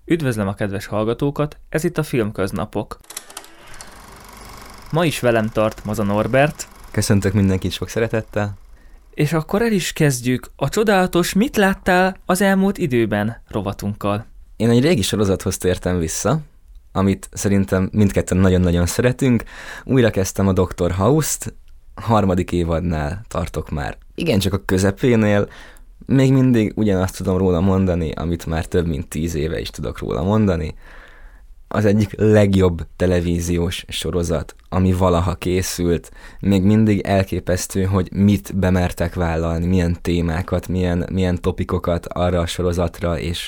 Üdvözlöm a kedves hallgatókat, ez itt a Filmköznapok. Ma is velem tart Maza Norbert. Köszöntök mindenkit sok szeretettel. És akkor el is kezdjük a csodálatos Mit láttál az elmúlt időben rovatunkkal. Én egy régi sorozathoz tértem vissza, amit szerintem mindketten nagyon-nagyon szeretünk. Újra kezdtem a Dr. House-t, 3. évadnál tartok már. Igen, csak a közepénél. Még mindig ugyanazt tudom róla mondani, amit már több mint 10 éve is tudok róla mondani. Az egyik legjobb televíziós sorozat, ami valaha készült. Még mindig elképesztő, hogy mit bemertek vállalni, milyen témákat, milyen topikokat arra a sorozatra, és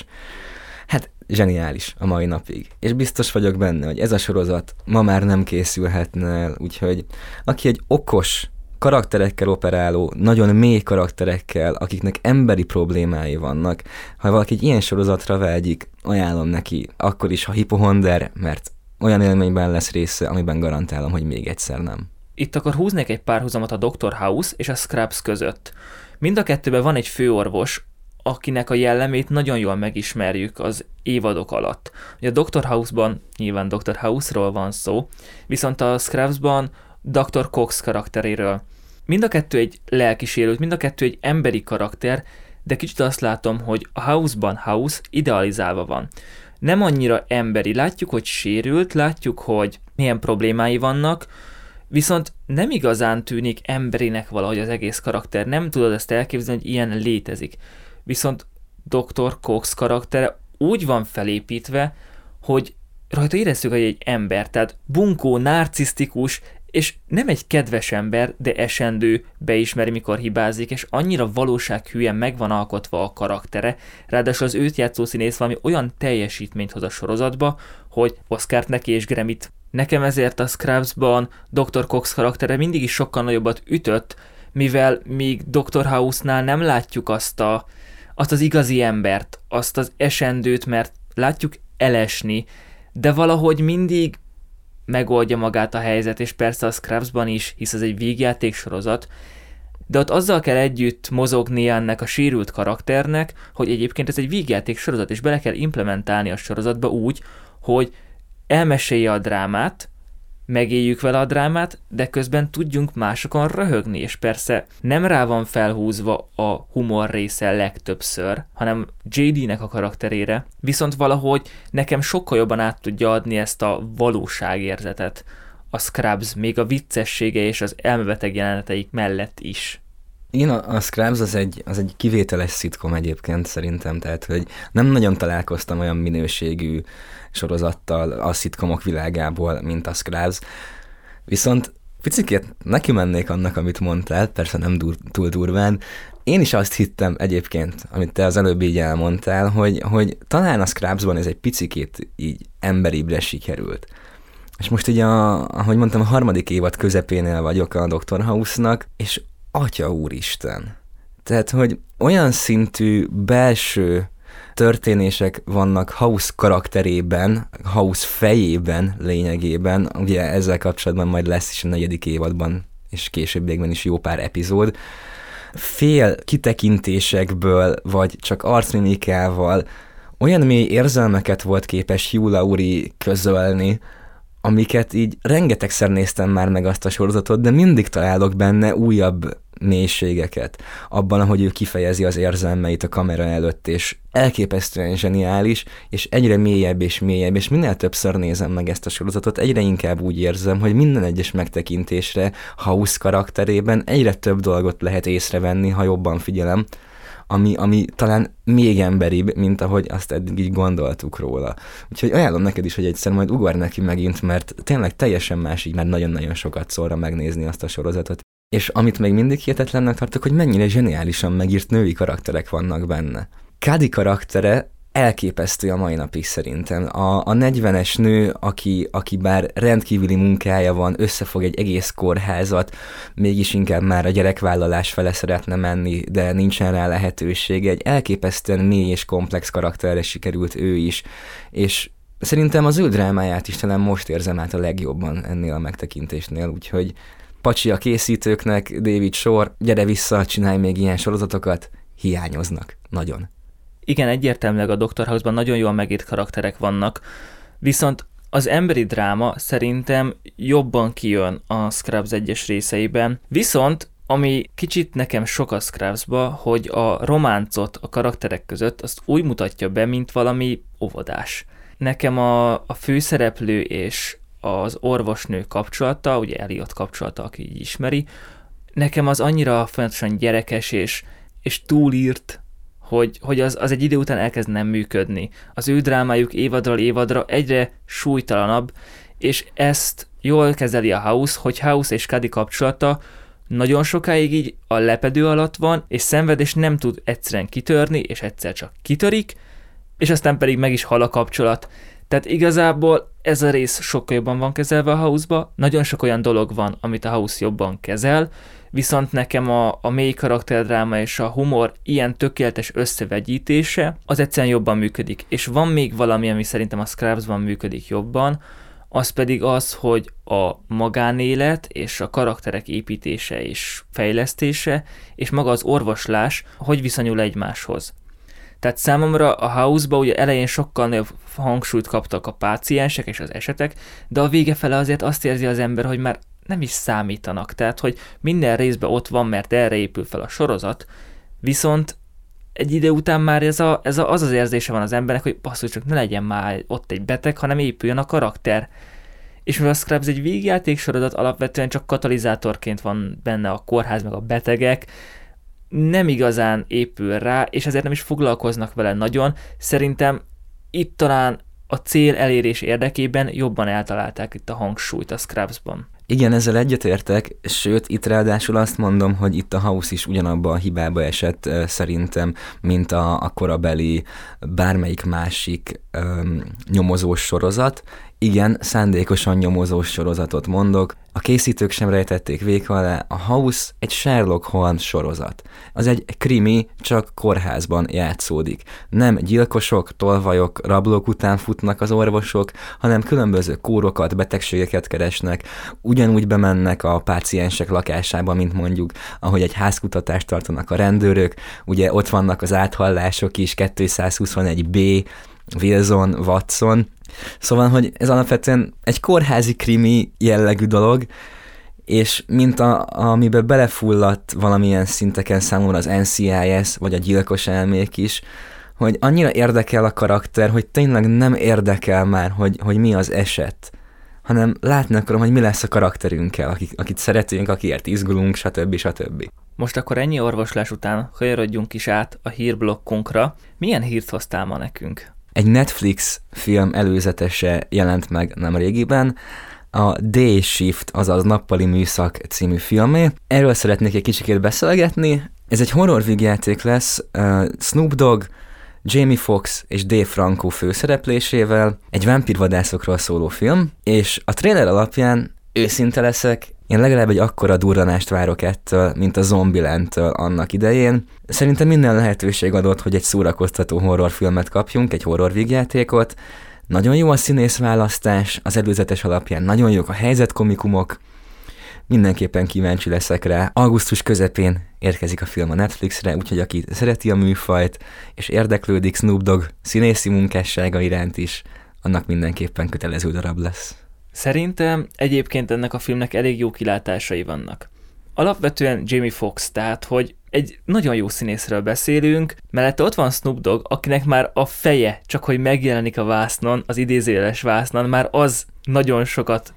hát zseniális a mai napig. És biztos vagyok benne, hogy ez a sorozat ma már nem készülhetne el, úgyhogy aki egy okos, karakterekkel operáló, nagyon mély karakterekkel, akiknek emberi problémái vannak. Ha valaki egy ilyen sorozatra vágyik, ajánlom neki, akkor is, ha hipohonder, mert olyan élményben lesz része, amiben garantálom, hogy még egyszer nem. Itt akkor húznék egy párhuzamot a Dr. House és a Scrubs között. Mind a kettőben van egy főorvos, akinek a jellemét nagyon jól megismerjük az évadok alatt. Ugye a Dr. House-ban nyilván Dr. House-ról van szó, viszont a Scrubs-ban Dr. Cox karakteréről. Mind a kettő egy lelkisérült, mind a kettő egy emberi karakter, de kicsit azt látom, hogy a House-ban House idealizálva van. Nem annyira emberi, látjuk, hogy sérült, látjuk, hogy milyen problémái vannak, viszont nem igazán tűnik emberinek valahogy az egész karakter, nem tudod ezt elképzelni, hogy ilyen létezik. Viszont Dr. Cox karaktere úgy van felépítve, hogy rajta érezzük, hogy egy ember, tehát bunkó, narcisztikus, és nem egy kedves ember, de esendő, beismeri, mikor hibázik, és annyira valósághűen meg van alkotva a karaktere, ráadásul az őt játszó színész valami olyan teljesítményt hoz a sorozatba, hogy Oscart neki és Grammy-t. Nekem ezért a Scrubs-ban Dr. Cox karaktere mindig is sokkal nagyobbat ütött, mivel még Dr. House-nál nem látjuk azt az igazi embert, azt az esendőt, mert látjuk elesni, de valahogy mindig megoldja magát a helyzet, és persze a Scrubs-ban is, hisz ez egy vígjáték sorozat, de ott azzal kell együtt mozognia ennek a sérült karakternek, hogy egyébként ez egy vígjáték sorozat, és bele kell implementálni a sorozatba úgy, hogy elmesélje a drámát, megéljük vele a drámát, de közben tudjunk másokon röhögni, és persze nem rá van felhúzva a humor része legtöbbször, hanem JD-nek a karakterére, viszont valahogy nekem sokkal jobban át tudja adni ezt a valóságérzetet a Scrubs, még a viccessége és az elmebeteg jeleneteik mellett is. Igen, a Scrubs az egy kivételes szitkom egyébként szerintem, tehát hogy nem nagyon találkoztam olyan minőségű sorozattal a szitkomok világából, mint a Scrubs. Viszont picikét neki mennék annak, amit mondtál, persze nem túl durván. Én is azt hittem egyébként, amit te az előbb így elmondtál, hogy talán a Scrubsban ez egy picikét így emberibre sikerült. És most így, ahogy mondtam, a 3. évad közepénél vagyok a Dr. House-nak, és Atya úristen. Tehát, hogy olyan szintű belső történések vannak House karakterében, House fejében lényegében, ugye ezzel kapcsolatban majd lesz is a 4. évadban, és későbbiekben is jó pár epizód. Fél kitekintésekből, vagy csak arcmimikával olyan mély érzelmeket volt képes Hugh Laurie közölni, amiket így rengetegszer néztem már meg azt a sorozatot, de mindig találok benne újabb mélységeket abban, ahogy ő kifejezi az érzelmeit a kamera előtt, és elképesztően zseniális, és egyre mélyebb, és minél többször nézem meg ezt a sorozatot, egyre inkább úgy érzem, hogy minden egyes megtekintésre House karakterében egyre több dolgot lehet észrevenni, ha jobban figyelem, ami talán még emberibb, mint ahogy azt eddig így gondoltuk róla. Úgyhogy ajánlom neked is, hogy egyszer majd ugorj neki megint, mert tényleg teljesen más így már nagyon-nagyon sokat szólra megnézni azt a sorozatot. És amit még mindig hihetetlennek tartok, hogy mennyire zseniálisan megírt női karakterek vannak benne. Cady karaktere elképesztő a mai napig szerintem. A 40-es nő, aki bár rendkívüli munkája van, összefog egy egész kórházat, mégis inkább már a gyerekvállalás fele szeretne menni, de nincsen rá lehetősége. Egy elképesztően mély és komplex karakterre sikerült ő is, és szerintem az ő drámáját is talán most érzem át a legjobban ennél a megtekintésnél, úgyhogy pacsi a készítőknek, David Shore, gyere vissza, csinálj még ilyen sorozatokat, hiányoznak. Nagyon. Igen, egyértelműleg a Dr. House-ban nagyon jól megírt karakterek vannak, viszont az emberi dráma szerintem jobban kijön a Scrubs egyes részeiben, viszont ami kicsit nekem sok a Scrubsba, hogy a románcot a karakterek között azt úgy mutatja be, mint valami óvodás. Nekem a főszereplő és az orvosnő kapcsolata, ugye Elliot kapcsolata, aki így ismeri, nekem az annyira folyamatosan gyerekes és túlírt, hogy az egy idő után elkezd nem működni. Az ő drámájuk évadról évadra egyre súlytalanabb, és ezt jól kezeli a House, hogy House és Cady kapcsolata nagyon sokáig így a lepedő alatt van, és szenved, és nem tud egyszerűen kitörni, és egyszer csak kitörik, és aztán pedig meg is hal a kapcsolat. Tehát igazából ez a rész sokkal jobban van kezelve a House-ba, nagyon sok olyan dolog van, amit a House jobban kezel, viszont nekem a mély karakterdráma és a humor ilyen tökéletes összevegyítése, az egyszerűen jobban működik. És van még valami, ami szerintem a Scrubsban működik jobban, az pedig az, hogy a magánélet és a karakterek építése és fejlesztése, és maga az orvoslás, hogy viszonyul egymáshoz. Tehát számomra a House-ba ugye elején sokkal nagyobb hangsúlyt kaptak a páciensek és az esetek, de a vége fele azért azt érzi az ember, hogy már nem is számítanak. Tehát, hogy minden részben ott van, mert erre épül fel a sorozat, viszont egy idő után már az érzése van az embernek, hogy basszus, csak ne legyen már ott egy beteg, hanem épüljön a karakter. És mivel a Scrubs egy végjáték sorozat, alapvetően csak katalizátorként van benne a kórház meg a betegek, nem igazán épül rá, és ezért nem is foglalkoznak vele nagyon. Szerintem itt talán a cél elérés érdekében jobban eltalálták itt a hangsúlyt a Scrubsban. Igen, ezzel egyetértek, sőt, itt ráadásul azt mondom, hogy itt a House is ugyanabba a hibába esett szerintem, mint a korabeli bármelyik másik nyomozós sorozat. Igen, szándékosan nyomozós sorozatot mondok. A készítők sem rejtették véka alá, a House egy Sherlock Holmes sorozat. Az egy krimi, csak kórházban játszódik. Nem gyilkosok, tolvajok, rablók után futnak az orvosok, hanem különböző kórokat, betegségeket keresnek, ugyanúgy bemennek a páciensek lakásába, mint mondjuk, ahogy egy házkutatást tartanak a rendőrök, ugye ott vannak az áthallások is, 221B, Wilson, Watson. Szóval, hogy ez alapvetően egy kórházi krimi jellegű dolog, és mint amiben belefulladt valamilyen szinteken számomra az NCIS, vagy a gyilkos elmék is, hogy annyira érdekel a karakter, hogy tényleg nem érdekel már, hogy mi az eset, hanem látni akarom, hogy mi lesz a karakterünkkel, akit szeretünk, akiért izgulunk, stb. Most akkor ennyi orvoslás után kanyarodjunk is át a hírblokkunkra. Milyen hírt hoztál ma nekünk? Egy Netflix film előzetese jelent meg nemrégiben, a Day Shift, azaz Nappali Műszak című filmé. Erről szeretnék egy kicsikét beszélgetni. Ez egy horror vígjáték lesz, Snoop Dogg, Jamie Foxx és Dave Franco főszereplésével, egy vámpírvadászokról szóló film, és a trailer alapján őszinte leszek, én legalább egy akkora durranást várok ettől, mint a Zombielandtől annak idején. Szerintem minden lehetőség adott, hogy egy szórakoztató horrorfilmet kapjunk, egy horror vígjátékot. Nagyon jó a színészválasztás, az előzetes alapján nagyon jók a helyzetkomikumok. Mindenképpen kíváncsi leszek rá. Augusztus közepén érkezik a film a Netflixre, úgyhogy aki szereti a műfajt, és érdeklődik Snoop Dogg színészi munkássága iránt is, annak mindenképpen kötelező darab lesz. Szerintem egyébként ennek a filmnek elég jó kilátásai vannak. Alapvetően Jamie Foxx, tehát hogy egy nagyon jó színészről beszélünk, mellette ott van Snoop Dogg, akinek már a feje, csak hogy megjelenik a vásznon, az idézőjeles vásznon, már az nagyon sokat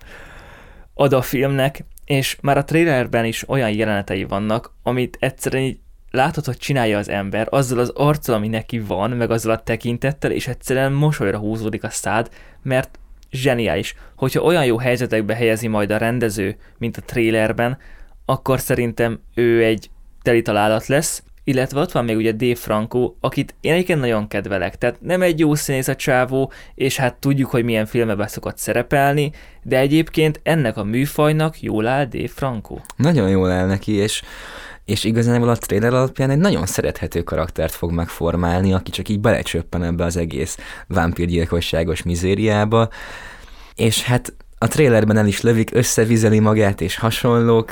ad a filmnek, és már a trailerben is olyan jelenetei vannak, amit egyszerűen így látod, hogy csinálja az ember, azzal az arccal, ami neki van, meg azzal a tekintettel, és egyszerűen mosolyra húzódik a szád, mert zseniális. Hogyha olyan jó helyzetekbe helyezi majd a rendező, mint a trailerben, akkor szerintem ő egy teli találat lesz, illetve ott van még ugye Dave Franco, akit én egyébként nagyon kedvelek, tehát nem egy jó színész a csávó, és hát tudjuk, hogy milyen filmben szokott szerepelni, de egyébként ennek a műfajnak jól áll Dave Franco. Nagyon jól áll neki, és igazából a trailer alapján egy nagyon szerethető karaktert fog megformálni, aki csak így belecsöppen ebbe az egész vámpírgyilkosságos mizériába, és hát a trailerben el is lövik, összevizeli magát és hasonlók,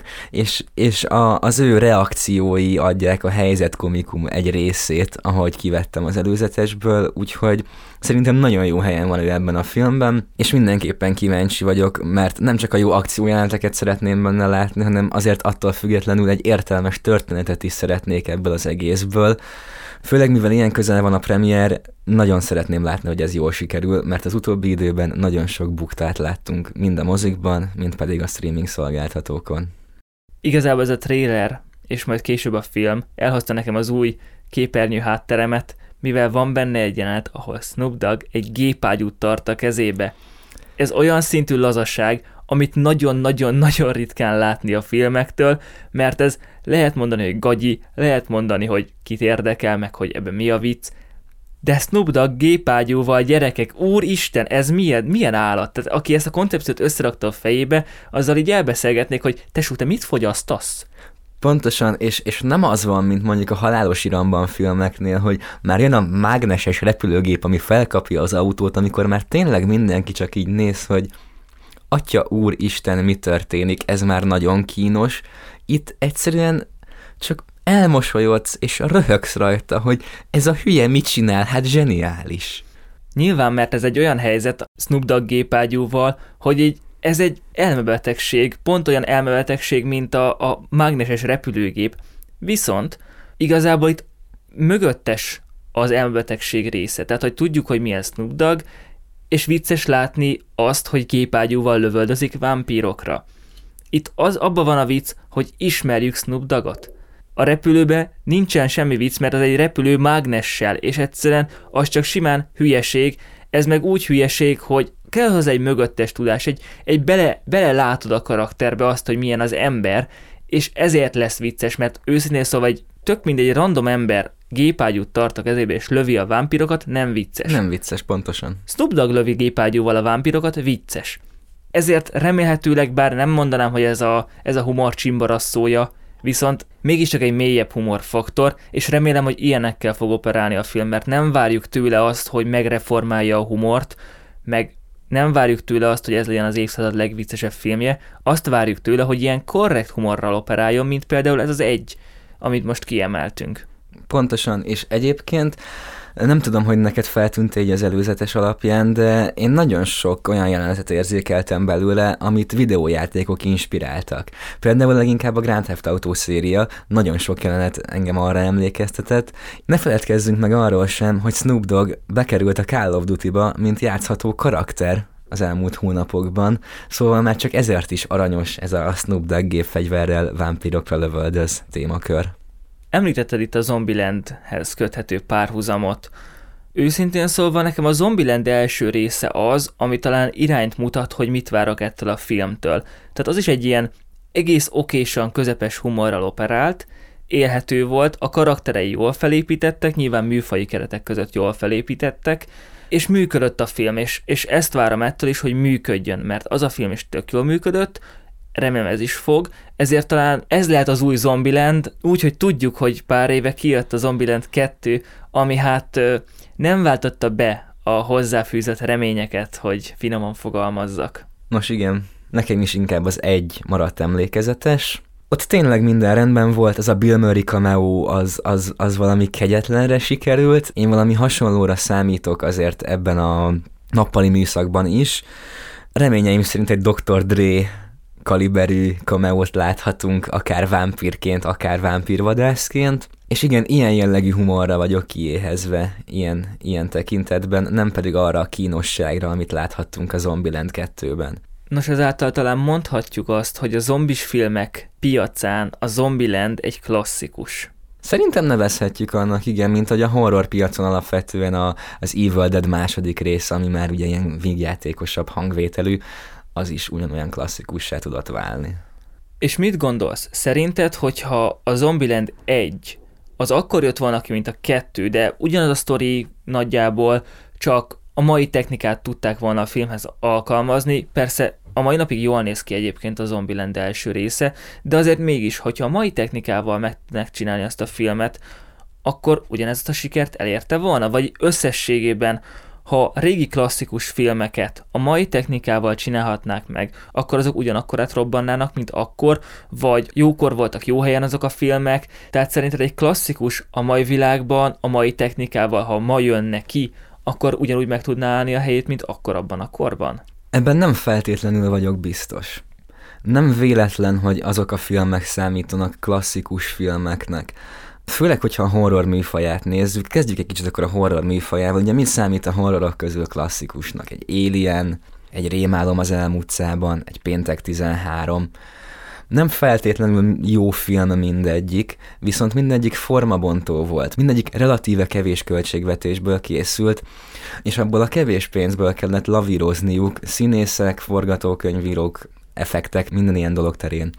és az ő reakciói adják a helyzet komikum egy részét, ahogy kivettem az előzetesből, úgyhogy szerintem nagyon jó helyen van ő ebben a filmben, és mindenképpen kíváncsi vagyok, mert nem csak a jó akciójeleneteket szeretném benne látni, hanem azért attól függetlenül egy értelmes történetet is szeretnék ebből az egészből. Főleg mivel ilyen közel van a premier, nagyon szeretném látni, hogy ez jól sikerül, mert az utóbbi időben nagyon sok buktát láttunk, mind a mozikban, mind pedig a streaming szolgáltatókon. Igazából ez a trailer, és majd később a film elhozta nekem az új képernyő hátteremet, mivel van benne egy jelenet, ahol Snoop Dogg egy gépágyút tart a kezébe. Ez olyan szintű lazaság, amit nagyon-nagyon-nagyon ritkán látni a filmektől, mert ez lehet mondani, hogy gagyi, lehet mondani, hogy kit érdekel, meg hogy ebben mi a vicc, de Snoop Dogg gépágyúval, gyerekek, úristen, ez milyen állat? Tehát aki ezt a koncepciót összerakta a fejébe, azzal így elbeszélgetnék, hogy tesó, te mit fogyasztasz? Pontosan, és nem az van, mint mondjuk a Halálos Iramban filmeknél, hogy már jön a mágneses repülőgép, ami felkapja az autót, amikor már tényleg mindenki csak így néz, hogy Atya úristen, mi történik, ez már nagyon kínos. Itt egyszerűen csak elmosolyodsz, és röhögsz rajta, hogy ez a hülye mit csinál, hát zseniális. Nyilván, mert ez egy olyan helyzet Snoop Dogg gépágyúval, hogy így ez egy elmebetegség, pont olyan elmebetegség, mint a mágneses repülőgép. Viszont igazából itt mögöttes az elmebetegség része. Tehát, hogy tudjuk, hogy milyen Snoop Dogg, és vicces látni azt, hogy gépágyúval lövöldözik vámpírokra. Itt abban van a vicc, hogy ismerjük Snoop Doggot. A repülőbe nincsen semmi vicc, mert az egy repülő mágnessel, és egyszerűen az csak simán hülyeség, ez meg úgy hülyeség, hogy kell hozzá egy mögöttes tudás, egy bele látod a karakterbe azt, hogy milyen az ember, és ezért lesz vicces, mert őszintén szóval egy tök mindegy random ember gépágyút tart a kezébe és lövi a vámpirokat, nem vicces. Nem vicces, pontosan. Snoop Dogg lövi gépágyúval a vámpirokat, vicces. Ezért remélhetőleg, bár nem mondanám, hogy ez a humor csimbarasszója, viszont mégiscsak egy mélyebb humorfaktor, és remélem, hogy ilyenekkel fog operálni a film, mert nem várjuk tőle azt, hogy megreformálja a humort, meg nem várjuk tőle azt, hogy ez legyen az évszázad legviccesebb filmje, azt várjuk tőle, hogy ilyen korrekt humorral operáljon, mint például ez az egy, amit most kiemeltünk. Pontosan, és egyébként nem tudom, hogy neked feltűnt így az előzetes alapján, de én nagyon sok olyan jelenetet érzékeltem belőle, amit videójátékok inspiráltak. Például leginkább a Grand Theft Auto széria, nagyon sok jelenet engem arra emlékeztetett. Ne feledkezzünk meg arról sem, hogy Snoop Dogg bekerült a Call of Duty-ba, mint játszható karakter az elmúlt hónapokban, szóval már csak ezért is aranyos ez a Snoop Dogg gépfegyverrel vámpirokra lövöldöz témakör. Említetted itt a Zombielandhez köthető párhuzamot. Őszintén szólva nekem a Zombieland első része az, ami talán irányt mutat, hogy mit várok ettől a filmtől. Tehát az is egy ilyen egész okésan közepes humorral operált, élhető volt, a karakterei jól felépítettek, nyilván műfaji keretek között jól felépítettek, és működött a film, és ezt várom ettől is, hogy működjön, mert az a film is tök jól működött, remélem ez is fog, ezért talán ez lehet az új Zombieland, úgyhogy tudjuk, hogy pár éve kijött a Zombieland 2, ami hát nem váltotta be a hozzáfűzött reményeket, hogy finoman fogalmazzak. Nos igen, nekem is inkább az egy maradt emlékezetes. Ott tényleg minden rendben volt, az a Bill Murray cameo az valami kegyetlenre sikerült. Én valami hasonlóra számítok azért ebben a nappali műszakban is. Reményeim szerint egy Dr. Dre kaliberű cameót láthatunk, akár vámpírként, akár vámpírvadászként. És igen, ilyen jellegű humorra vagyok kiéhezve ilyen tekintetben, nem pedig arra a kínosságra, amit láthattunk a Zombieland 2-ben. Nos, ezáltal talán mondhatjuk azt, hogy a zombis filmek piacán a Zombieland egy klasszikus. Szerintem nevezhetjük annak, igen, mint hogy a horror piacon alapvetően az Evil Dead második rész, ami már ugye ilyen vígjátékosabb hangvételű, az is ugyanolyan klasszikussá tudott válni. És mit gondolsz? Szerinted, hogyha a Zombieland 1 az akkor jött volna ki, mint a 2, de ugyanaz a sztori nagyjából, csak a mai technikát tudták volna a filmhez alkalmazni, persze a mai napig jól néz ki egyébként a Zombieland első része, de azért mégis, hogyha a mai technikával meg tudnák csinálni azt a filmet, akkor ugyanezt a sikert elérte volna? Vagy összességében, Ha régi klasszikus filmeket a mai technikával csinálhatnák meg, akkor azok ugyanakkorát robbannának, mint akkor, vagy jókor voltak jó helyen azok a filmek, tehát szerinted egy klasszikus a mai világban, a mai technikával, ha ma jönne ki, akkor ugyanúgy meg tudná állni a helyét, mint akkor abban a korban? Ebben nem feltétlenül vagyok biztos. Nem véletlen, hogy azok a filmek számítanak klasszikus filmeknek. Főleg, hogyha a horror műfaját nézzük, kezdjük egy kicsit akkor a horror műfajával. Ugye mi számít a horrorok közül klasszikusnak? Egy Alien, egy Rémálom az Elm utcában, egy Péntek 13. Nem feltétlenül jó film mindegyik, viszont mindegyik formabontó volt. Mindegyik relatíve kevés költségvetésből készült, és abból a kevés pénzből kellett lavírozniuk színészek, forgatókönyvírók, effektek, minden ilyen dolog terén.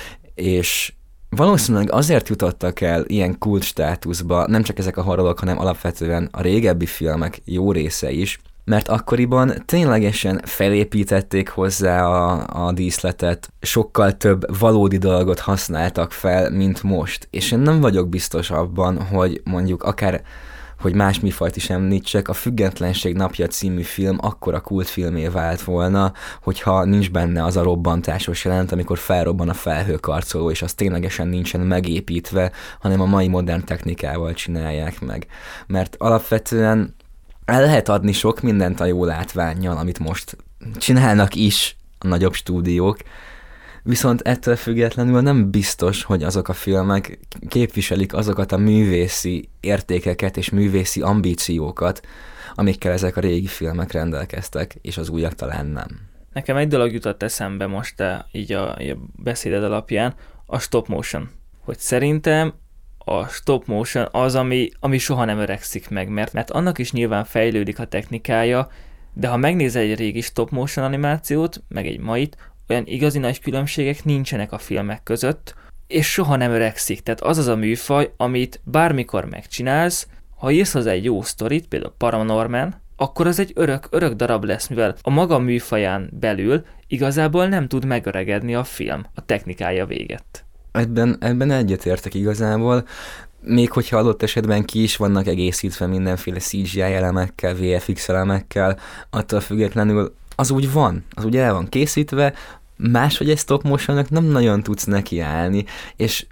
És valószínűleg azért jutottak el ilyen kult státuszba, nem csak ezek a horrorok, hanem alapvetően a régebbi filmek jó része is, mert akkoriban ténylegesen felépítették hozzá a díszletet, sokkal több valódi dolgot használtak fel, mint most. És én nem vagyok biztos abban, hogy mondjuk akár, hogy más műfajt is említsek, a Függetlenség napja című film akkora kultfilmé vált volna, hogyha nincs benne az a robbantásos jelent, amikor felrobban a felhőkarcoló, és az ténylegesen nincsen megépítve, hanem a mai modern technikával csinálják meg. Mert alapvetően el lehet adni sok mindent a jó látvánnyal, amit most csinálnak is a nagyobb stúdiók, viszont ettől függetlenül nem biztos, hogy azok a filmek képviselik azokat a művészi értékeket és művészi ambíciókat, amikkel ezek a régi filmek rendelkeztek, és az újak talán nem. Nekem egy dolog jutott eszembe most így a beszéded alapján, a stop motion. Hogy szerintem a stop motion az, ami soha nem öregszik meg, mert annak is nyilván fejlődik a technikája, de ha megnézel egy régi stop motion animációt, meg egy mait, olyan igazi nagy különbségek nincsenek a filmek között, és soha nem öregszik. Tehát az az a műfaj, amit bármikor megcsinálsz, ha írsz hozzá egy jó sztorit, például Paranorman, akkor az egy örök darab lesz, mivel a maga műfaján belül igazából nem tud megöregedni a film, a technikája véget. Ebben egyetértek igazából, még hogyha adott esetben ki is vannak egészítve mindenféle CGI elemekkel, VFX elemekkel, attól függetlenül az úgy van, az úgy el van készítve, máshogy egy stop motionnak nem nagyon tudsz nekiállni, és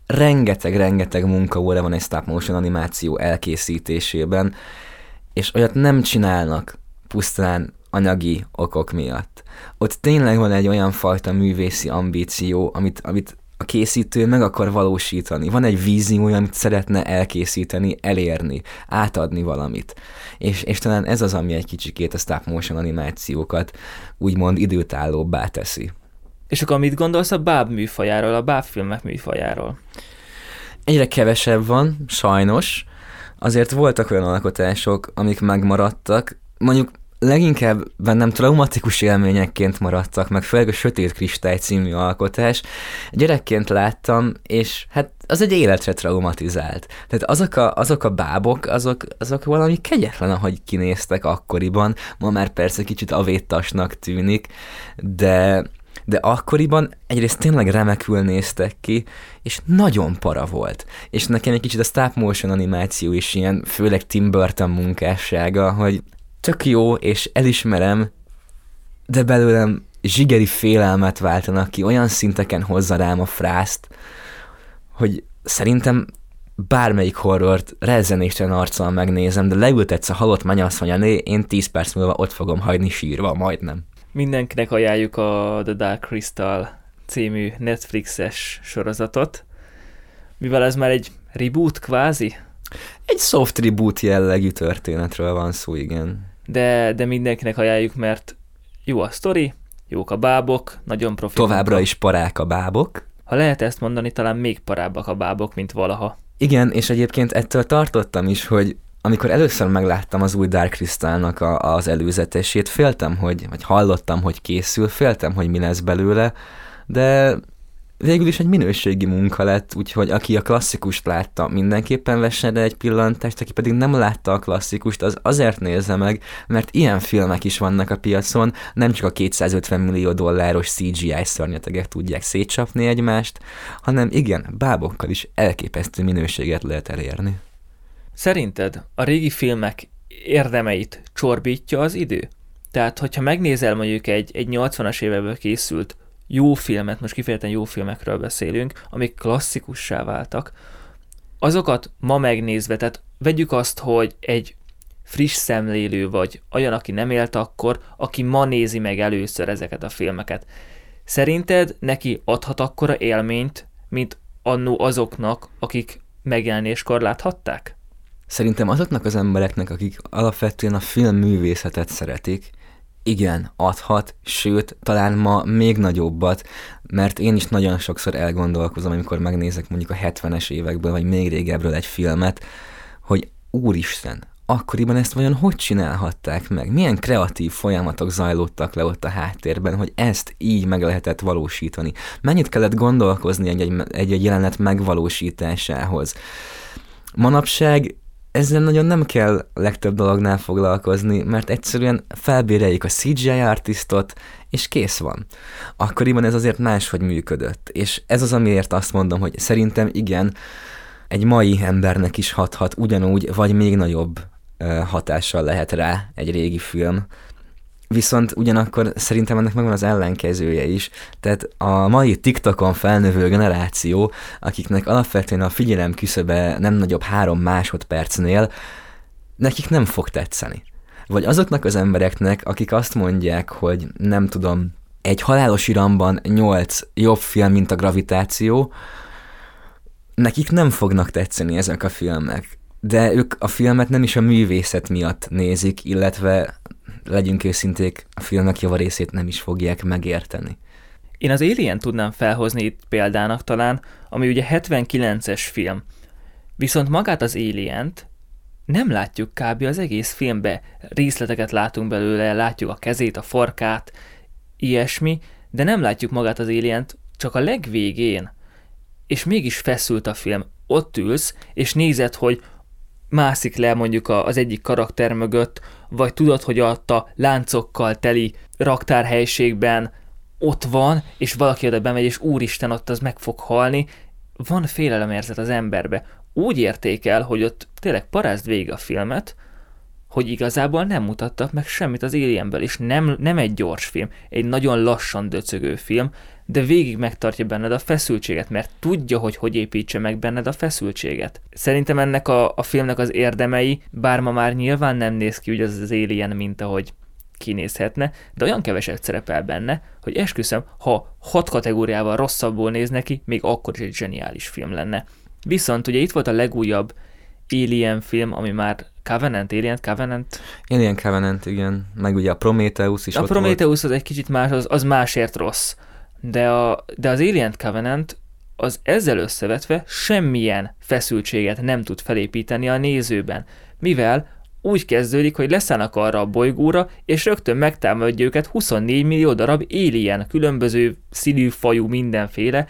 rengeteg munkaóra van egy stop motion animáció elkészítésében, és olyat nem csinálnak pusztán anyagi okok miatt. Ott tényleg van egy olyan fajta művészi ambíció, amit a készítő meg akar valósítani. Van egy víziója, amit szeretne elkészíteni, elérni, átadni valamit. És talán ez az, ami egy kicsikét a stop motion animációkat úgymond időtállóbbá teszi. És akkor mit gondolsz a báb műfajáról, a báb filmek műfajáról? Egyre kevesebb van, sajnos. Azért voltak olyan alkotások, amik megmaradtak. Mondjuk leginkább bennem traumatikus élményekként maradtak, meg főleg a Sötét Kristály című alkotás. Gyerekként láttam, és hát az egy életre traumatizált. Tehát azok a bábok, azok valami kegyetlen, ahogy kinéztek akkoriban. Ma már persze kicsit avéttasnak tűnik, de akkoriban egyrészt tényleg remekül néztek ki, és nagyon para volt. És nekem egy kicsit a stop motion animáció is ilyen, főleg Tim Burton munkássága, hogy tök jó, és elismerem, de belőlem zsigeri félelmet váltanak ki, olyan szinteken hozza rám a frászt, hogy szerintem bármelyik horrort rezzenéstelen arccal megnézem, de leültetsz a halott mennyasszony elé, én 10 perc múlva ott fogom hagyni sírva, majdnem. Mindenkinek ajánljuk a The Dark Crystal című Netflixes sorozatot, mivel ez már egy reboot kvázi. Egy soft reboot jellegű történetről van szó, igen. De mindenkinek ajánljuk, mert jó a sztori, jók a bábok, nagyon profi. Továbbra is parák a bábok. Ha lehet ezt mondani, talán még parábbak a bábok, mint valaha. Igen, és egyébként ettől tartottam is, hogy amikor először megláttam az új Dark Crystalnak az előzetesét, féltem, vagy hallottam, hogy készül, féltem, hogy mi lesz belőle, de végül is egy minőségi munka lett, úgyhogy aki a klasszikust látta, mindenképpen vessen egy pillantást, aki pedig nem látta a klasszikust, az azért nézze meg, mert ilyen filmek is vannak a piacon, nem csak a $250 millió CGI szörnyetegek tudják szétcsapni egymást, hanem igen, bábokkal is elképesztő minőséget lehet elérni. Szerinted a régi filmek érdemeit csorbítja az idő? Tehát, hogyha megnézel mondjuk egy 80-as évekből készült jó filmet, most kifejezetten jó filmekről beszélünk, amik klasszikussá váltak, azokat ma megnézve, tehát vegyük azt, hogy egy friss szemlélő vagy olyan, aki nem élt akkor, aki ma nézi meg először ezeket a filmeket. Szerinted neki adhat akkora élményt, mint annó azoknak, akik megjelenéskor láthatták? Szerintem azoknak az embereknek, akik alapvetően a filmművészetet szeretik, igen, adhat, sőt, talán ma még nagyobbat, mert én is nagyon sokszor elgondolkozom, amikor megnézek mondjuk a 70-es évekből, vagy még régebbről egy filmet, hogy úristen, akkoriban ezt vajon hogy csinálhatták meg? Milyen kreatív folyamatok zajlottak le ott a háttérben, hogy ezt így meg lehetett valósítani? Mennyit kellett gondolkozni egy jelenet megvalósításához? Manapság ezzel nagyon nem kell legtöbb dolognál foglalkozni, mert egyszerűen felbéreljük a CGI artistot, és kész van. Akkoriban ez azért máshogy működött, és ez az, amiért azt mondom, hogy szerintem igen, egy mai embernek is hathat ugyanúgy, vagy még nagyobb hatással lehet rá egy régi film. Viszont ugyanakkor szerintem ennek megvan az ellenkezője is. Tehát a mai TikTokon felnövő generáció, akiknek alapvetően a figyelem küszöbe nem nagyobb 3 másodpercnél, nekik nem fog tetszeni. Vagy azoknak az embereknek, akik azt mondják, hogy nem tudom, egy halálos iramban 8 jobb film, mint a Gravitáció, nekik nem fognak tetszeni ezek a filmek. De ők a filmet nem is a művészet miatt nézik, illetve legyünk őszinték, a filmek javarészét nem is fogják megérteni. Én az Alien tudnám felhozni itt példának talán, ami ugye 79-es film. Viszont magát az Alient nem látjuk kb. Az egész filmbe. Részleteket látunk belőle, látjuk a kezét, a farkát, ilyesmi, de nem látjuk magát az Alient csak a legvégén. És mégis feszült a film. Ott ülsz, és nézed, hogy mászik le mondjuk az egyik karakter mögött, vagy tudod, hogy ott a láncokkal teli raktárhelyiségben ott van, és valaki oda bemegy, és úristen, ott az meg fog halni. Van félelemérzet az emberbe. Úgy értékel, hogy ott tényleg parázd végig a filmet, hogy igazából nem mutattak meg semmit az Alienből, és nem egy gyors film, egy nagyon lassan döcögő film, de végig megtartja benned a feszültséget, mert tudja, hogy építse meg benned a feszültséget. Szerintem ennek a filmnek az érdemei, bár ma már nyilván nem néz ki úgy az Alien, mint ahogy kinézhetne, de olyan keveset szerepel benne, hogy esküszöm, ha 6 kategóriával rosszabbul néz neki, még akkor is egy zseniális film lenne. Viszont ugye itt volt a legújabb Alien film, ami már Alien Covenant, igen. Meg ugye a Prometheus is a Prometheus az egy kicsit más, az másért rossz. De az Alien Covenant az ezzel összevetve semmilyen feszültséget nem tud felépíteni a nézőben, mivel úgy kezdődik, hogy leszállnak arra a bolygóra, és rögtön megtámadja őket 24 millió darab alien, különböző színű, fajú, mindenféle,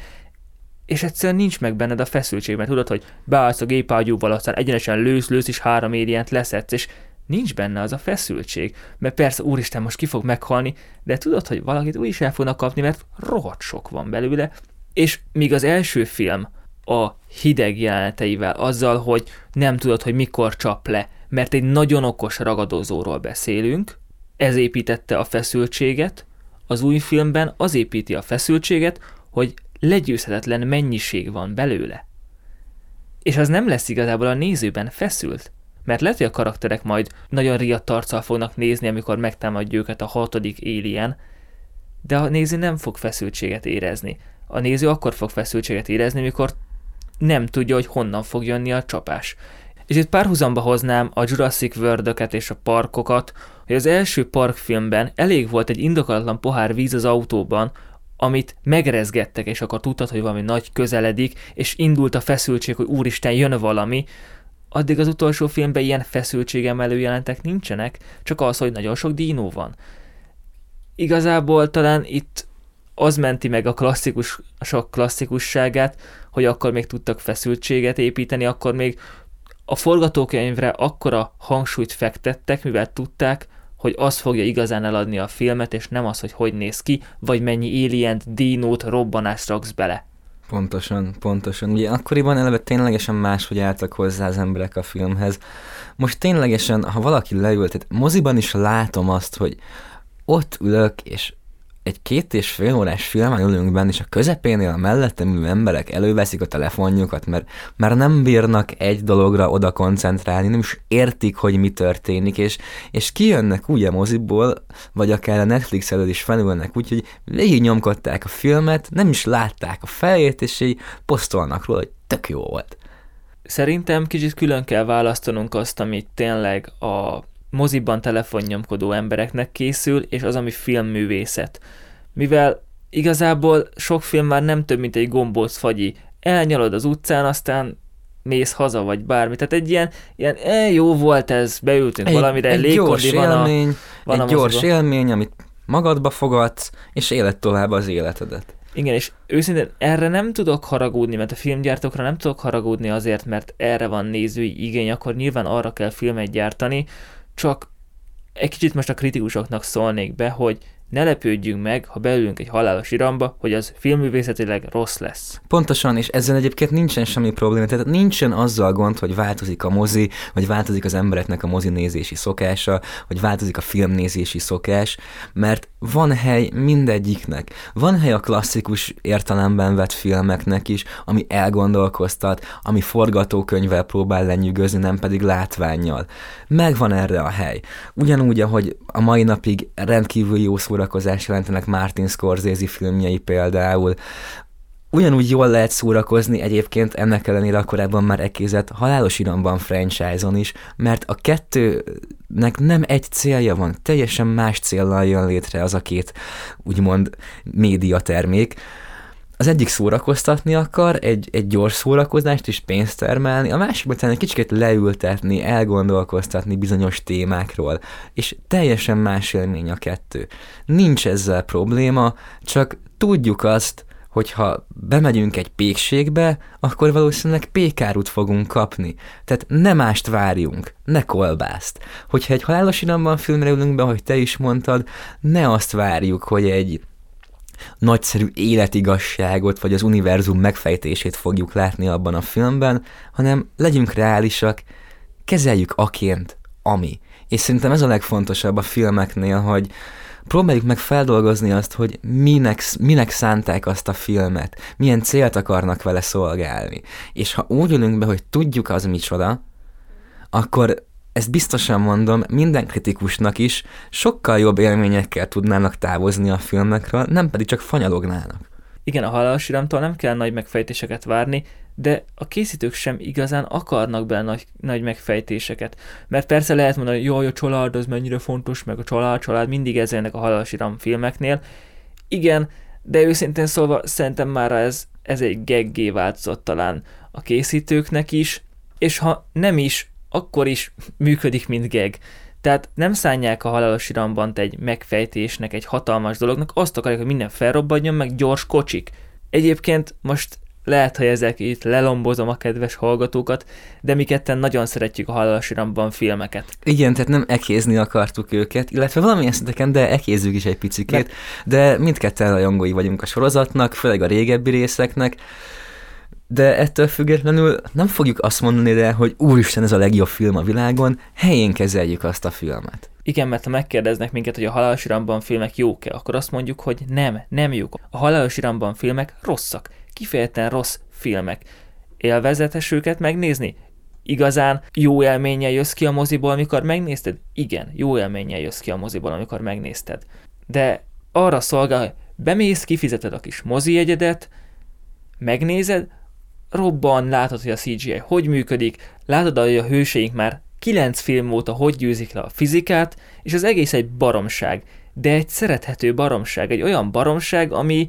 és egyszerűen nincs meg benned a feszültség, mert tudod, hogy beállsz a gépágyúval, aztán egyenesen lősz, és 3 alient leszedsz, és nincs benne az a feszültség, mert persze, úristen, most ki fog meghalni, de tudod, hogy valakit úgy is el fognak kapni, mert rohadt sok van belőle, és míg az első film a hideg jeleneteivel, azzal, hogy nem tudod, hogy mikor csap le, mert egy nagyon okos ragadozóról beszélünk, ez építette a feszültséget, az új filmben az építi a feszültséget, hogy legyőzhetetlen mennyiség van belőle. És az nem lesz igazából a nézőben feszült, mert lehet, hogy a karakterek majd nagyon riadt arccal fognak nézni, amikor megtámadja őket a 6. Alien, de a néző nem fog feszültséget érezni. A néző akkor fog feszültséget érezni, mikor nem tudja, hogy honnan fog jönni a csapás. És itt párhuzamba hoznám a Jurassic World-öket és a parkokat, hogy az első parkfilmben elég volt egy indokolatlan pohár víz az autóban, amit megrezgettek, és akkor tudtad, hogy valami nagy közeledik, és indult a feszültség, hogy úristen, jön valami. Addig az utolsó filmben ilyen feszültségemelő jelentek nincsenek, csak az, hogy nagyon sok dínó van. Igazából talán itt az menti meg a sok klasszikusságát, hogy akkor még tudtak feszültséget építeni, akkor még a forgatókönyvre akkora hangsúlyt fektettek, mivel tudták, hogy az fogja igazán eladni a filmet, és nem az, hogy néz ki, vagy mennyi alient, dínót, robbanást raksz bele. Pontosan. Ugye akkoriban eleve ténylegesen máshogy álltak hozzá az emberek a filmhez. Most ténylegesen, ha valaki leült, tehát moziban is látom azt, hogy ott ülök, és egy 2,5 órás filmen ülünk benne, és a közepénél a mellettem ülő emberek előveszik a telefonjukat, mert már nem bírnak egy dologra oda koncentrálni, nem is értik, hogy mi történik, és kijönnek úgy a moziból, vagy akár a Netflix előtt is felülnek, úgyhogy végignyomkodták a filmet, nem is látták a fejét, és így posztolnak róla, hogy tök jó volt. Szerintem kicsit külön kell választanunk azt, amit tényleg a moziban telefonnyomkodó embereknek készül, és az, ami filmművészet. Mivel igazából sok film már nem több, mint egy gombóc fagyi. Elnyalod az utcán, aztán mész haza, vagy bármi. Tehát egy ilyen jó volt ez, beültünk valamire, egy gyors élmény, van egy gyors élmény, amit magadba fogadsz, és éled tovább az életedet. Igen, és őszintén erre nem tudok haragudni, mert a filmgyártókra nem tudok haragudni azért, mert erre van nézői igény, akkor nyilván arra kell filmet gyártani, csak egy kicsit most a kritikusoknak szólnék be, hogy ne lepődjünk meg, ha beülünk egy halálos iramba, hogy az filmművészetileg rossz lesz. Pontosan, és ezzel egyébként nincsen semmi probléma, tehát nincsen azzal gond, hogy változik a mozi, vagy változik az embereknek a mozinézési szokása, vagy változik a filmnézési szokás, mert van hely mindegyiknek. Van hely a klasszikus értelemben vett filmeknek is, ami elgondolkoztat, ami forgatókönyvvel próbál lenyűgözni, nem pedig látvánnyal. Megvan erre a hely. Ugyanúgy, ahogy a mai napig rendkívül jó szórakozást jelentenek Martin Scorsese filmjei például. Ugyanúgy jól lehet szórakozni egyébként ennek ellenére a korábban már ekézett Halálos iramban franchise-on is, mert a kettőnek nem egy célja van, teljesen más céllal jön létre az a két úgymond médiatermék. Az egyik szórakoztatni akar, egy gyors szórakozást és pénzt termelni, a másik egy kicsit leültetni, elgondolkoztatni bizonyos témákról, és teljesen más élmény a kettő. Nincs ezzel probléma, csak tudjuk azt, hogyha bemegyünk egy pékségbe, akkor valószínűleg pékárút fogunk kapni. Tehát ne mást várjunk, ne kolbászt. Hogyha egy Halálos iramban filmre ülünk be, ahogy te is mondtad, ne azt várjuk, hogy egy nagyszerű életigasságot, vagy az univerzum megfejtését fogjuk látni abban a filmben, hanem legyünk reálisak, kezeljük aként, ami. És szerintem ez a legfontosabb a filmeknél, hogy próbáljuk meg feldolgozni azt, hogy minek szánták azt a filmet, milyen célt akarnak vele szolgálni. És ha úgy ülünk be, hogy tudjuk az micsoda, akkor ezt biztosan mondom, minden kritikusnak is sokkal jobb élményekkel tudnának távozni a filmekről, nem pedig csak fanyalognának. Igen, a Halálos iramtól nem kell nagy megfejtéseket várni, de a készítők sem igazán akarnak bele nagy megfejtéseket. Mert persze lehet mondani, hogy jaj, a család az mennyire fontos, meg a család mindig ezzelnek a Halálos iram filmeknél. Igen, de őszintén szólva szerintem már ez egy gaggé változott talán a készítőknek is, és ha nem is, akkor is működik, mint gag. Tehát nem szánják a Halálos iramban egy megfejtésnek, egy hatalmas dolognak, azt akarják, hogy minden felrobbanjon, meg gyors kocsik. Egyébként most lehet, hogy ezek itt lelombozom a kedves hallgatókat, de mi ketten nagyon szeretjük a Halálos iramban filmeket. Igen, tehát nem ekézni akartuk őket, illetve valamilyen szinteken, de ekézzük is egy picikét, de mindketten rajongói vagyunk a sorozatnak, főleg a régebbi részeknek, de ettől függetlenül nem fogjuk azt mondani rá, hogy úristen, ez a legjobb film a világon, helyén kezeljük azt a filmet. Igen, mert ha megkérdeznek minket, hogy a Halálos iramban filmek jók-e, akkor azt mondjuk, hogy nem jók. A Halálos iramban filmek rosszak, kifejezetten rossz filmek. Élvezetes őket megnézni? Igazán jó élménnyel jössz ki a moziból, amikor megnézted? Igen, jó élménnyel jössz ki a moziból, amikor megnézted. De arra szolgál, hogy bemész, kifizeted a kis mozijegyedet, megnézed, robban, látod, hogy a CGI hogy működik, látod, hogy a hőseink már 9 film óta hogy győzik le a fizikát, és az egész egy baromság, de egy szerethető baromság, egy olyan baromság,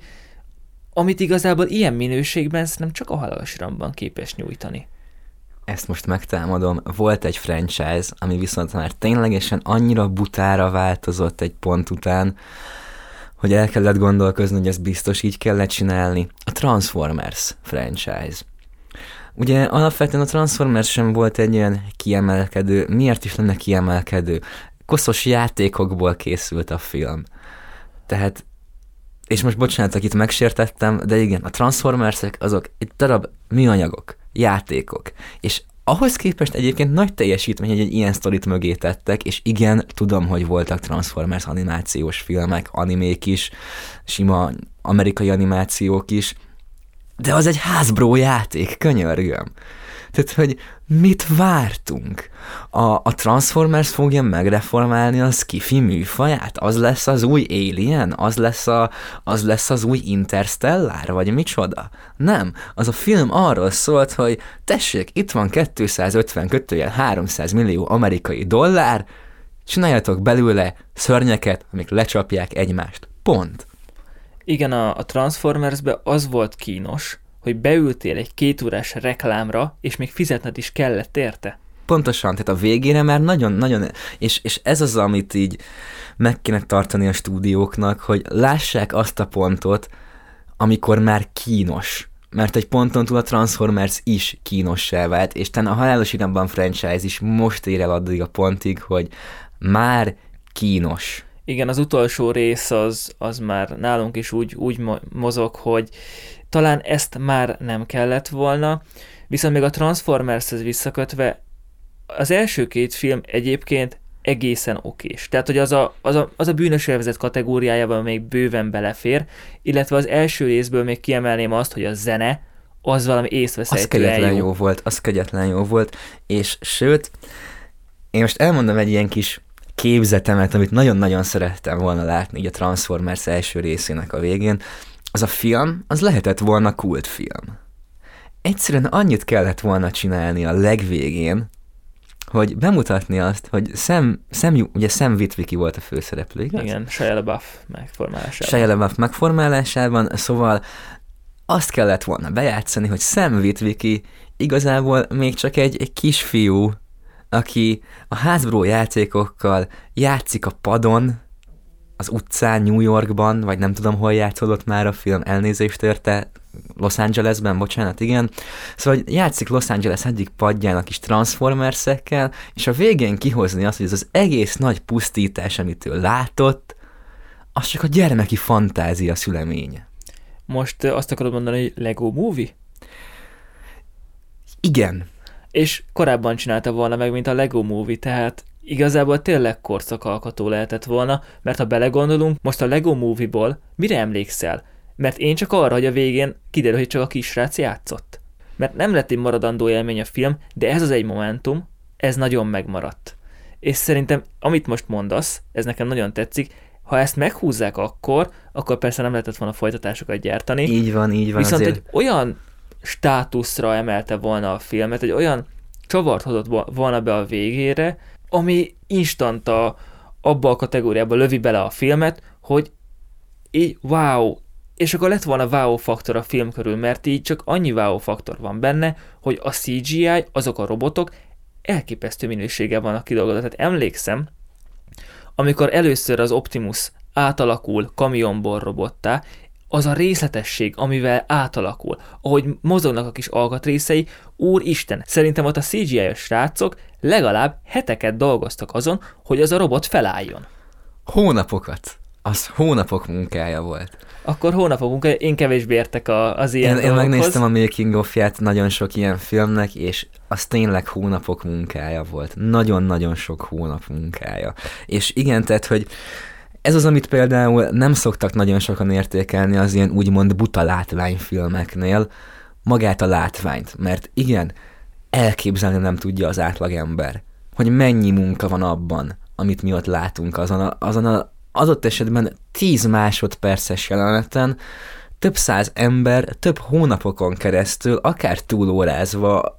amit igazából ilyen minőségben szerintem csak a Halálos iramban képes nyújtani. Ezt most megtámadom, volt egy franchise, ami viszont már ténylegesen annyira butára változott egy pont után, hogy el kellett gondolkozni, hogy ezt biztos így kellett csinálni. A Transformers franchise. Ugye alapvetően a Transformers sem volt egy olyan kiemelkedő, miért is lenne kiemelkedő? Koszos játékokból készült a film. Tehát és most bocsánat, akit megsértettem, de igen, a Transformersek azok egy darab műanyagok, játékok, és ahhoz képest egyébként nagy teljesítmény, hogy egy ilyen sztorit mögé tettek, és igen, tudom, hogy voltak Transformers animációs filmek, animék is, sima amerikai animációk is, de az egy Hasbro játék, könyörgöm. Tehát, hogy mit vártunk? A Transformers fogja megreformálni a sci-fi műfaját? Az lesz az új Alien? Az lesz az új Interstellar? Vagy micsoda? Nem. Az a film arról szólt, hogy tessék, itt van 250-300 millió amerikai dollár, csináljatok belőle szörnyeket, amik lecsapják egymást. Pont. Igen, a Transformersbe az volt kínos, hogy beültél egy 2 órás reklámra, és még fizetned is kellett érte. Pontosan, tehát a végére már nagyon-nagyon, és ez az, amit így meg kéne tartani a stúdióknak, hogy lássák azt a pontot, amikor már kínos. Mert egy ponton túl a Transformers is kínossá vált, és talán a Halálos Iramban franchise is most ér el addig a pontig, hogy már kínos. Igen, az utolsó rész az már nálunk is úgy mozog, hogy talán ezt már nem kellett volna, viszont még a Transformershez visszakötve az első 2 film egyébként egészen okés. Tehát, hogy az a bűnös élvezet kategóriájában még bőven belefér, illetve az első részből még kiemelném azt, hogy a zene az valami észveszejtően jó. Az kegyetlen jó volt, és sőt, én most elmondom egy ilyen kis képzetemet, amit nagyon-nagyon szerettem volna látni így a Transformers első részének a végén. Az a film, az lehetett volna kultfilm. Egyszerűen annyit kellett volna csinálni a legvégén, hogy bemutatni azt, hogy Sam Witwicky volt a főszereplő, igaz? Igen, Shia LaBeouf megformálásában. Shia LaBeouf megformálásában, szóval azt kellett volna bejátszani, hogy Sam Witwicky igazából még csak egy kisfiú, aki a Hasbro játékokkal játszik a padon, az utcán, New Yorkban, vagy nem tudom, hol játszódott már a film, elnézést érte, Los Angelesben, bocsánat, igen. Szóval játszik Los Angeles egyik padján a kis Transformersekkel, és a végén kihozni azt, hogy ez az egész nagy pusztítás, amit ő látott, az csak a gyermeki fantázia szüleménye. Most azt akarod mondani, hogy Lego Movie? Igen. És korábban csinálta volna meg, mint a Lego Movie, tehát igazából tényleg korszakalkotó lehetett volna, mert ha belegondolunk, most a Lego Movie-ból mire emlékszel? Mert én csak arra, hogy a végén kiderül, hogy csak a kisrác játszott. Mert nem lett egy maradandó élmény a film, de ez az egy momentum, ez nagyon megmaradt. És szerintem, amit most mondasz, ez nekem nagyon tetszik, ha ezt meghúzzák akkor persze nem lehetett volna folytatásokat gyártani. Így van. Viszont azért egy olyan státuszra emelte volna a filmet, egy olyan csavart hozott volna be a végére, ami instant abba a kategóriába lövi bele a filmet, hogy így wow, és akkor lett volna wow faktor a film körül, mert így csak annyi wow faktor van benne, hogy a CGI, azok a robotok elképesztő minőséggel vannak kidolgozva. Tehát emlékszem, amikor először az Optimus átalakul kamionból robottá, az a részletesség, amivel átalakul, ahogy mozognak a kis alkatrészei, úristen, szerintem ott a CGI-os srácok legalább heteket dolgoztak azon, hogy az a robot felálljon. Hónapokat. Az hónapok munkája volt. Akkor hónapok munkája, én kevésbé értek az ilyen Én megnéztem a making of-ját nagyon sok ilyen filmnek, és az tényleg hónapok munkája volt. Nagyon-nagyon sok hónap munkája. És igen, tehát, hogy ez az, amit például nem szoktak nagyon sokan értékelni az ilyen úgymond buta látványfilmeknél, magát a látványt, mert igen, elképzelni nem tudja az átlagember, hogy mennyi munka van abban, amit mi ott látunk azon a adott esetben 10 másodperces jeleneten, több száz ember, több hónapokon keresztül, akár túlórázva,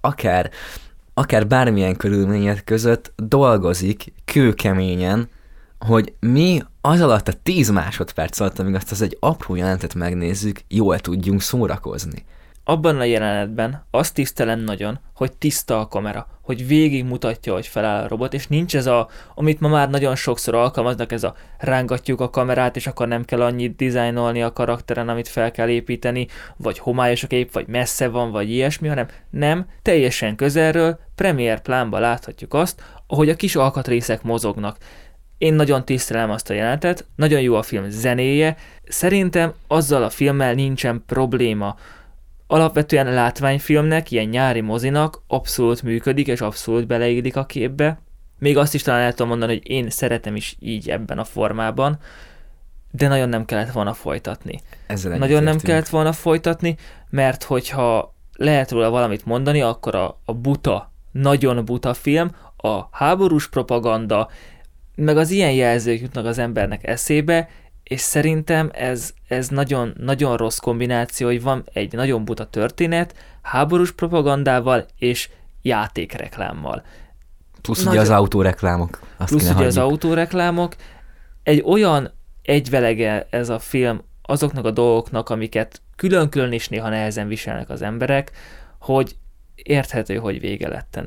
akár bármilyen körülmények között dolgozik kőkeményen, hogy mi az alatt a 10 másodperc alatt, amíg azt az egy apró jelenetet megnézzük, jól tudjunk szórakozni. Abban a jelenetben azt tisztelem nagyon, hogy tiszta a kamera, hogy végig mutatja, hogy feláll a robot, és nincs ez amit ma már nagyon sokszor alkalmaznak, ez a rángatjuk a kamerát, és akkor nem kell annyit dizájnolni a karakteren, amit fel kell építeni, vagy homályos a kép, vagy messze van, vagy ilyesmi, hanem nem, teljesen közelről, Premiere plánban láthatjuk azt, ahogy a kis alkatrészek mozognak. Én nagyon tisztelem azt a jelenetet, nagyon jó a film zenéje, szerintem azzal a filmmel nincsen probléma. Alapvetően látványfilmnek, ilyen nyári mozinak abszolút működik, és abszolút beleillik a képbe. Még azt is talán el tudom mondani, hogy én szeretem is így ebben a formában, de nagyon nem kellett volna folytatni. Nagyon nem kellett volna folytatni, mert hogyha lehet róla valamit mondani, akkor a buta, nagyon buta film, a háborús propaganda, meg az ilyen jelzők jutnak az embernek eszébe, és szerintem ez nagyon, nagyon rossz kombináció, hogy van egy nagyon buta történet, háborús propagandával és játékreklámmal. Plusz ugye az autóreklámok. Az autóreklámok. Egy olyan egyvelege ez a film azoknak a dolgoknak, amiket külön-külön is néha nehezen viselnek az emberek, hogy érthető, hogy vége lett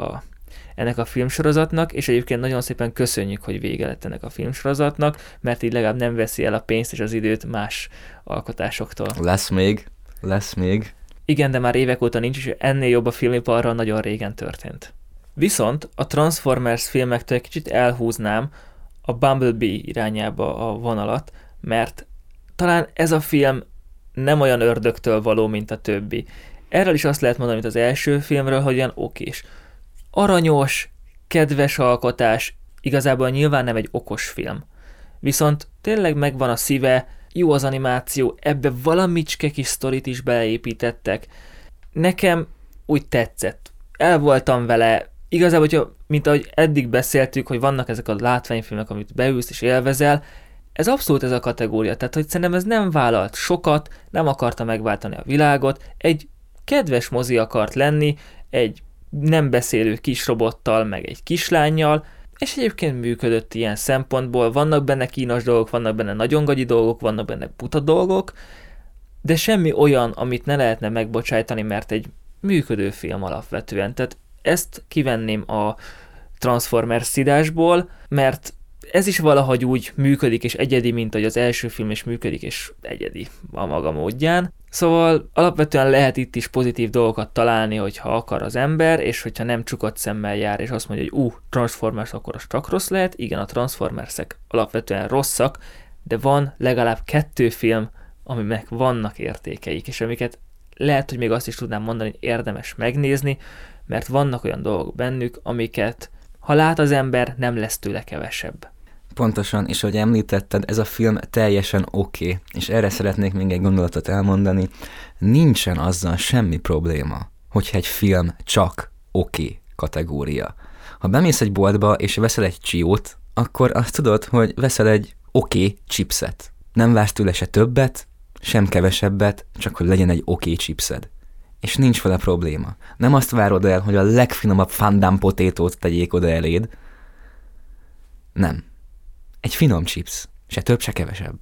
ennek a filmsorozatnak, és egyébként nagyon szépen köszönjük, hogy vége lett ennek a filmsorozatnak, mert így legalább nem veszi el a pénzt és az időt más alkotásoktól. Lesz még. Igen, de már évek óta nincs, és ennél jobb a filmiparra nagyon régen történt. Viszont a Transformers filmektől egy kicsit elhúznám a Bumblebee irányába a vonalat, mert talán ez a film nem olyan ördögtől való, mint a többi. Erről is azt lehet mondani, mint az első filmről, hogy olyan okés. Aranyos, kedves alkotás, igazából nyilván nem egy okos film. Viszont tényleg megvan a szíve, jó az animáció, ebbe valamicske kis sztorit is beleépítettek. Nekem úgy tetszett. El voltam vele, igazából, hogyha, mint ahogy eddig beszéltük, hogy vannak ezek a látványfilmek, amit beülsz és élvezel, ez abszolút ez a kategória. Tehát, hogy szerintem ez nem vállalt sokat, nem akarta megváltani a világot, egy kedves mozi akart lenni, egy nem beszélő kis robottal, meg egy kislánnyal, és egyébként működött ilyen szempontból, vannak benne kínos dolgok, vannak benne nagyon gagyi dolgok, vannak benne buta dolgok, de semmi olyan, amit ne lehetne megbocsájtani, mert egy működő film alapvetően. Tehát ezt kivenném a Transformers szidásból, mert ez is valahogy úgy működik és egyedi, mint hogy az első film is működik és egyedi a maga módján. Szóval alapvetően lehet itt is pozitív dolgokat találni, hogyha akar az ember, és hogyha nem csukott szemmel jár, és azt mondja, hogy Transformers, akkor az csak rossz lehet. Igen, a Transformersek alapvetően rosszak, de van legalább 2 film, aminek vannak értékeik, és amiket lehet, hogy még azt is tudnám mondani, hogy érdemes megnézni, mert vannak olyan dolgok bennük, amiket ha lát az ember, nem lesz tőle kevesebb. Pontosan, és ahogy említetted, ez a film teljesen oké, és erre szeretnék még egy gondolatot elmondani. Nincsen azzal semmi probléma, hogyha egy film csak oké kategória. Ha bemész egy boltba, és veszel egy csiót, akkor azt tudod, hogy veszel egy oké chipset. Nem vársz tőle se többet, sem kevesebbet, csak hogy legyen egy oké chipsed. És nincs vele probléma. Nem azt várod el, hogy a legfinomabb Fandom potétót tegyék oda eléd. Nem. Egy finom chips. Se több, se kevesebb.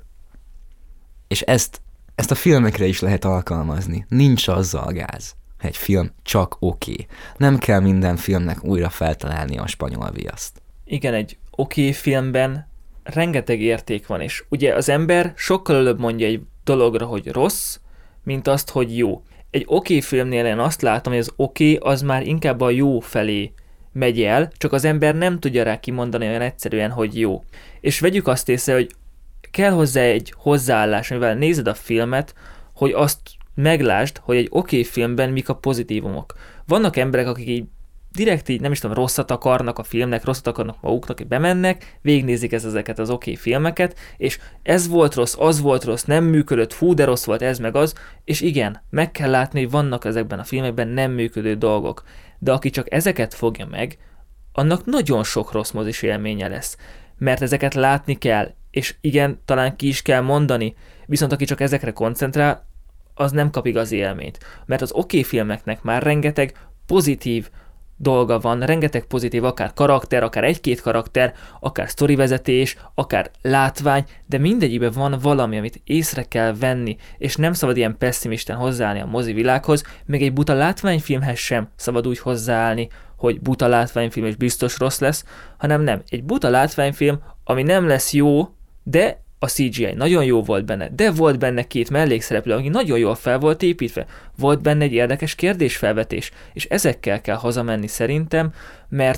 És ezt a filmekre is lehet alkalmazni. Nincs azzal gáz. Egy film csak oké. Nem kell minden filmnek újra feltalálni a spanyol viaszt. Igen, egy oké filmben rengeteg érték van, és ugye az ember sokkal előbb mondja egy dologra, hogy rossz, mint azt, hogy jó. Egy oké filmnél én azt látom, hogy az oké az már inkább a jó felé megy el, csak az ember nem tudja rá kimondani olyan egyszerűen, hogy jó. És vegyük azt észre, hogy kell hozzá egy hozzáállás, mivel nézed a filmet, hogy azt meglásd, hogy egy oké filmben mik a pozitívumok. Vannak emberek, akik így direkt így, nem is tudom, rosszat akarnak a filmnek, rosszat akarnak maguknak, hogy bemennek, végignézik ezeket az oké filmeket, és ez volt rossz, az volt rossz, nem működött, fú, de rossz volt ez meg az, és igen, meg kell látni, hogy vannak ezekben a filmekben nem működő dolgok. De aki csak ezeket fogja meg, annak nagyon sok rossz mozis élménye lesz. Mert ezeket látni kell, és igen, talán ki is kell mondani, viszont aki csak ezekre koncentrál, az nem kap igazi élményt. Mert az oké filmeknek már rengeteg pozitív dolga van, rengeteg pozitív, akár karakter, akár egy-két karakter, akár sztorivezetés, akár látvány, de mindegyikben van valami, amit észre kell venni, és nem szabad ilyen pessimisten hozzáállni a mozi világhoz, még egy buta látványfilmhez sem szabad úgy hozzáállni, hogy buta látványfilm és biztos rossz lesz, hanem nem. Egy buta látványfilm, ami nem lesz jó, de a CGI nagyon jó volt benne, de volt benne 2 mellékszereplő, aki nagyon jól fel volt építve, volt benne egy érdekes kérdésfelvetés, és ezekkel kell hazamenni szerintem, mert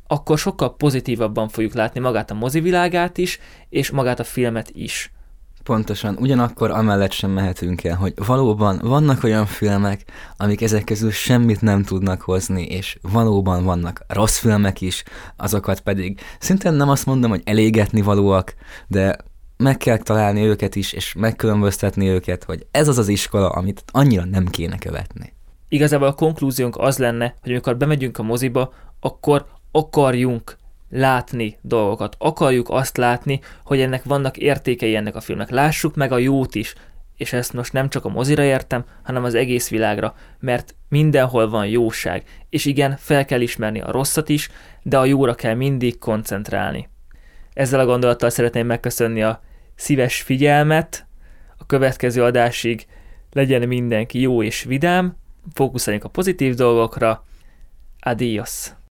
akkor sokkal pozitívabban fogjuk látni magát a mozivilágát is, és magát a filmet is. Pontosan, ugyanakkor amellett sem mehetünk el, hogy valóban vannak olyan filmek, amik ezek közül semmit nem tudnak hozni, és valóban vannak rossz filmek is, azokat pedig szintén nem azt mondom, hogy elégetni valóak, de meg kell találni őket is, és megkülönböztetni őket, hogy ez az az iskola, amit annyira nem kéne követni. Igazából a konklúziónk az lenne, hogy amikor bemegyünk a moziba, akkor akarjunk látni dolgokat. Akarjuk azt látni, hogy ennek vannak értékei ennek a filmnek. Lássuk meg a jót is, és ezt most nem csak a mozira értem, hanem az egész világra, mert mindenhol van jóság, és igen, fel kell ismerni a rosszat is, de a jóra kell mindig koncentrálni. Ezzel a gondolattal szeretném megköszönni a szíves figyelmet, a következő adásig legyen mindenki jó és vidám, fókuszáljunk a pozitív dolgokra, adios!